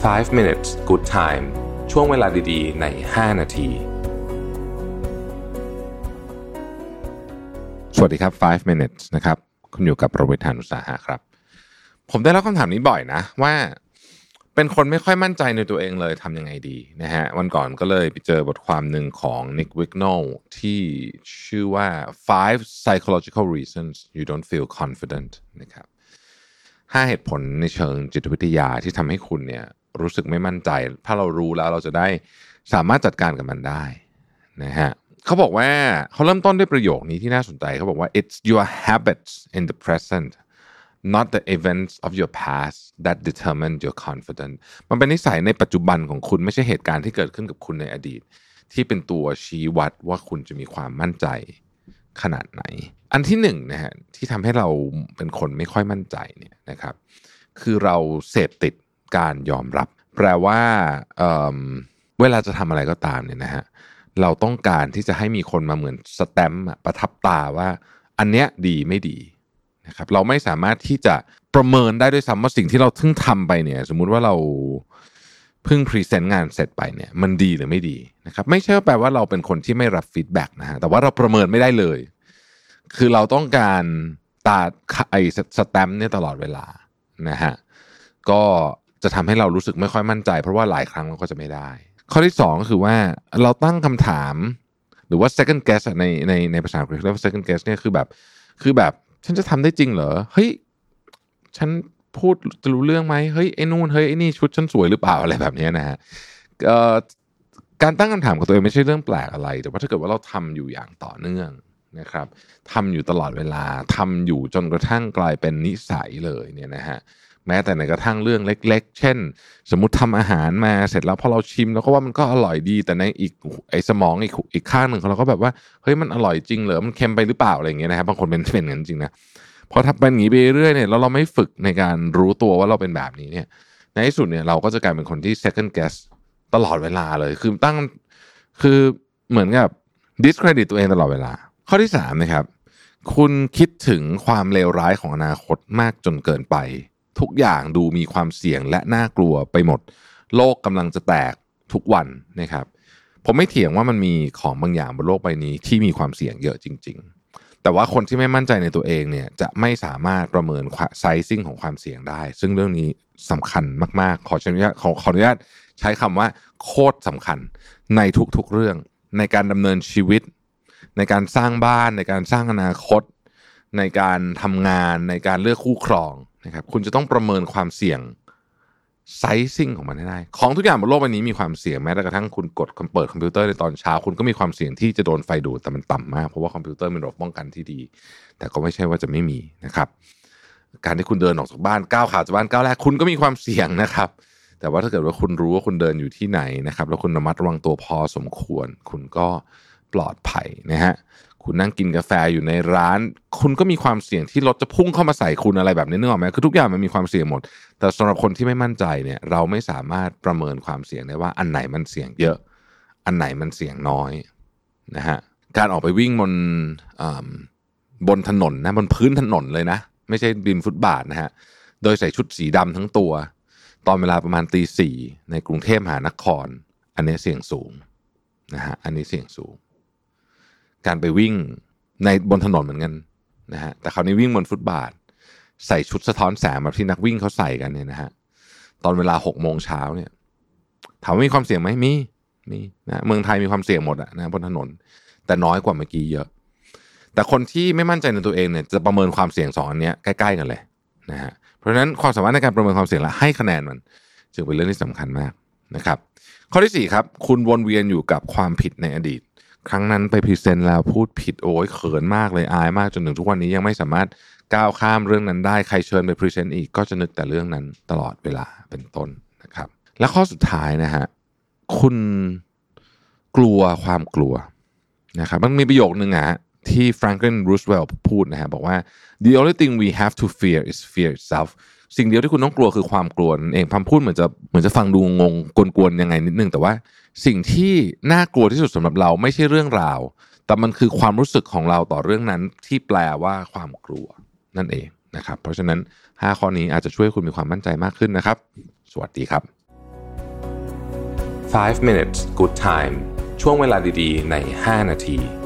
5 minutes good time ช่วงเวลาดีๆใน5นาทีสวัสดีครับ5 minutes นะครับคุณอยู่กับโรเบิร์ต หาญอุตสาหะครับผมได้รับคำถามนี้บ่อยนะว่าเป็นคนไม่ค่อยมั่นใจในตัวเองเลยทำยังไงดีนะฮะวันก่อนก็เลยไปเจอบทความหนึ่งของ Nick Wignall ที่ชื่อว่า 5 psychological reasons you don't feel confident นะครับ5เหตุผลในเชิงจิตวิทยาที่ทำให้คุณเนี่ยรู้สึกไม่มั่นใจถ้าเรารู้แล้วเราจะได้สามารถจัดการกับมันได้นะฮะเขาบอกว่าเขาเริ่มต้นด้วยประโยคนี้ที่น่าสนใจเขาบอกว่า it's your habits in the present not the events of your past that determine your confidence มันเป็นนิสัยในปัจจุบันของคุณไม่ใช่เหตุการณ์ที่เกิดขึ้นกับคุณในอดีตที่เป็นตัวชี้วัดว่าคุณจะมีความมั่นใจขนาดไหนอันที่หนึ่งนะฮะที่ทำให้เราเป็นคนไม่ค่อยมั่นใจเนี่ยนะครับคือเราเสพติดการยอมรับแปลว่าเวลาจะทำอะไรก็ตามเนี่ยนะฮะเราต้องการที่จะให้มีคนมาเหมือนสแตมป์ประทับตาว่าอันเนี้ยดีไม่ดีนะครับเราไม่สามารถที่จะประเมินได้ด้วยซ้ำว่าสิ่งที่เราเพิ่งทำไปเนี่ยสมมุติว่าเราเพิ่งพรีเซนต์งานเสร็จไปเนี่ยมันดีหรือไม่ดีนะครับไม่ใช่แปลว่าเราเป็นคนที่ไม่รับฟีดแบ็กนะฮะแต่ว่าเราประเมินไม่ได้เลยคือเราต้องการตาไอ้สแตมป์เนี่ยตลอดเวลานะฮะก็จะทำให้เรารู้สึกไม่ค่อยมั่นใจเพราะว่าหลายครั้งเราก็จะไม่ได้ข้อที่2ก็คือว่าเราตั้งคำถามหรือว่า second guess ในภาษาอังกฤษเรียกว่า second guess เนี่ยคือแบบฉันจะทำได้จริงเหรอเฮ้ยฉันพูดจะรู้เรื่องไหมเฮ้ยไอ้นู่นเฮ้ยไอ้นี่ชุดฉันสวยหรือเปล่าอะไรแบบนี้นะฮะการตั้งคำถามกับตัวเองไม่ใช่เรื่องแปลกอะไรแต่ว่าถ้าเกิดว่าเราทำอยู่อย่างต่อเนื่องนะครับทำอยู่ตลอดเวลาทำอยู่จนกระทั่งกลายเป็นนิสัยเลยเนี่ยนะฮะแม้แต่ในกระทั่งเรื่องเล็กๆเช่นสมมุติทำอาหารมาเสร็จแล้วพอเราชิมแล้วก็ว่ามันก็อร่อยดีแต่ในไอ้สมองอีกข้างหนึ่งของเราก็แบบว่าเฮ้ยมันอร่อยจริงเหรอมันเค็มไปหรือเปล่าอะไรอย่างเงี้ยนะครับบางคนเป็นอย่างนั้นจริงนะพอทำเป็นอย่างนี้ไปเรื่อยเนี่ยแล้วเราไม่ฝึกในการรู้ตัวว่าเราเป็นแบบนี้เนี่ยในที่สุดเนี่ยเราก็จะกลายเป็นคนที่ second guess ตลอดเวลาเลยคือเหมือนกับ discredit ตัวเองตลอดเวลาข้อที่3นะครับคุณคิดถึงความเลวร้ายของอนาคตมากจนเกินไปทุกอย่างดูมีความเสี่ยงและน่ากลัวไปหมดโลกกำลังจะแตกทุกวันนะครับผมไม่เถียงว่ามันมีของบางอย่างบนโลกใบนี้ที่มีความเสี่ยงเยอะจริงๆแต่ว่าคนที่ไม่มั่นใจในตัวเองเนี่ยจะไม่สามารถประเมินไซซิ่งของความเสี่ยงได้ซึ่งเรื่องนี้สำคัญมากๆขออนุญาตใช้คำว่าโคตรสำคัญในทุกๆเรื่องในการดำเนินชีวิตในการสร้างบ้านในการสร้างอนาคตในการทำงานในการเลือกคู่ครองนะครับคุณจะต้องประเมินความเสี่ยงไซซิ่งของมันให้ได้ของทุกอย่างบนโลกใบนี้มีความเสี่ยงแม้แต่กระทั่งคุณเปิดคอมพิวเตอร์ในตอนเช้าคุณก็มีความเสี่ยงที่จะโดนไฟดูดแต่มันต่ำมากเพราะว่าคอมพิวเตอร์มีระบบป้องกันที่ดีแต่ก็ไม่ใช่ว่าจะไม่มีนะครับการที่คุณเดินออกจากบ้านก้าวขาจากบ้านก้าวแรกคุณก็มีความเสี่ยงนะครับแต่ว่าถ้าเกิดว่าคุณรู้ว่าคุณเดินอยู่ที่ไหนนะครับแล้วคุณระมัดระวังตัวพอสมควรคุณก็ปลอดภัยนะฮะคุณนั่งกินกาแฟอยู่ในร้านคุณก็มีความเสี่ยงที่รถจะพุ่งเข้ามาใส่คุณอะไรแบบนี้นึกออกไหมคือทุกอย่างมันมีความเสี่ยงหมดแต่สำหรับคนที่ไม่มั่นใจเนี่ยเราไม่สามารถประเมินความเสี่ยงได้ว่าอันไหนมันเสี่ยงเยอะอันไหนมันเสี่ยงน้อยนะฮะการออกไปวิ่งบนถนนนะบนพื้นถนนเลยนะไม่ใช่ริมฟุตบาทนะฮะโดยใส่ชุดสีดำทั้งตัวตอนเวลาประมาณ 4:00 นในกรุงเทพมหานครอันนี้เสี่ยงสูงนะฮะอันนี้เสี่ยงสูงการไปวิ่งในบนถนนเหมือนกันนะฮะแต่คราวนี้วิ่งบนฟุตบาทใส่ชุดสะท้อนแสงแบบที่นักวิ่งเขาใส่กันเนี่ยนะฮะตอนเวลา 6:00 นเนี่ยถามว่ามีความเสี่ยงไหมมีนะเมืองไทยมีความเสี่ยงหมดอะนะบนถนนแต่น้อยกว่าเมื่อกี้เยอะแต่คนที่ไม่มั่นใจในตัวเองเนี่ยจะประเมินความเสี่ยง2อันเนี้ยใกล้ๆกันเลยนะฮะเพราะฉะนั้นความสามารถในการประเมินความเสี่ยงและให้คะแนนมันจึงเป็นเรื่องที่สำคัญมากนะครับข้อที่4ครับคุณวนเวียนอยู่กับความผิดในอดีตครั้งนั้นไปพรีเซนต์แล้วพูดผิดโอ้ยเขินมากเลยอายมากจนถึงทุกวันนี้ยังไม่สามารถก้าวข้ามเรื่องนั้นได้ใครเชิญไปพรีเซนต์อีกก็จะนึกแต่เรื่องนั้นตลอดเวลาเป็นต้นนะครับและข้อสุดท้ายนะฮะคุณกลัวความกลัวนะครับมันมีประโยคนึงฮะที่แฟรงคลิน รูสเวลต์พูดนะฮะบอกว่า the only thing we have to fear is fear itself สิ่งเดียวที่คุณต้องกลัวคือความกลัวนั่นเองคำพูดเหมือนจะฟังดูงงกวนๆยังไงนิดนึงแต่ว่าสิ่งที่น่ากลัวที่สุดสำหรับเราไม่ใช่เรื่องราวแต่มันคือความรู้สึกของเราต่อเรื่องนั้นที่แปลว่าความกลัวนั่นเองนะครับเพราะฉะนั้น5ข้อนี้อาจจะช่วยคุณมีความมั่นใจมากขึ้นนะครับสวัสดีครับ 5 minutes good time ช่วงเวลาดีๆใน5นาที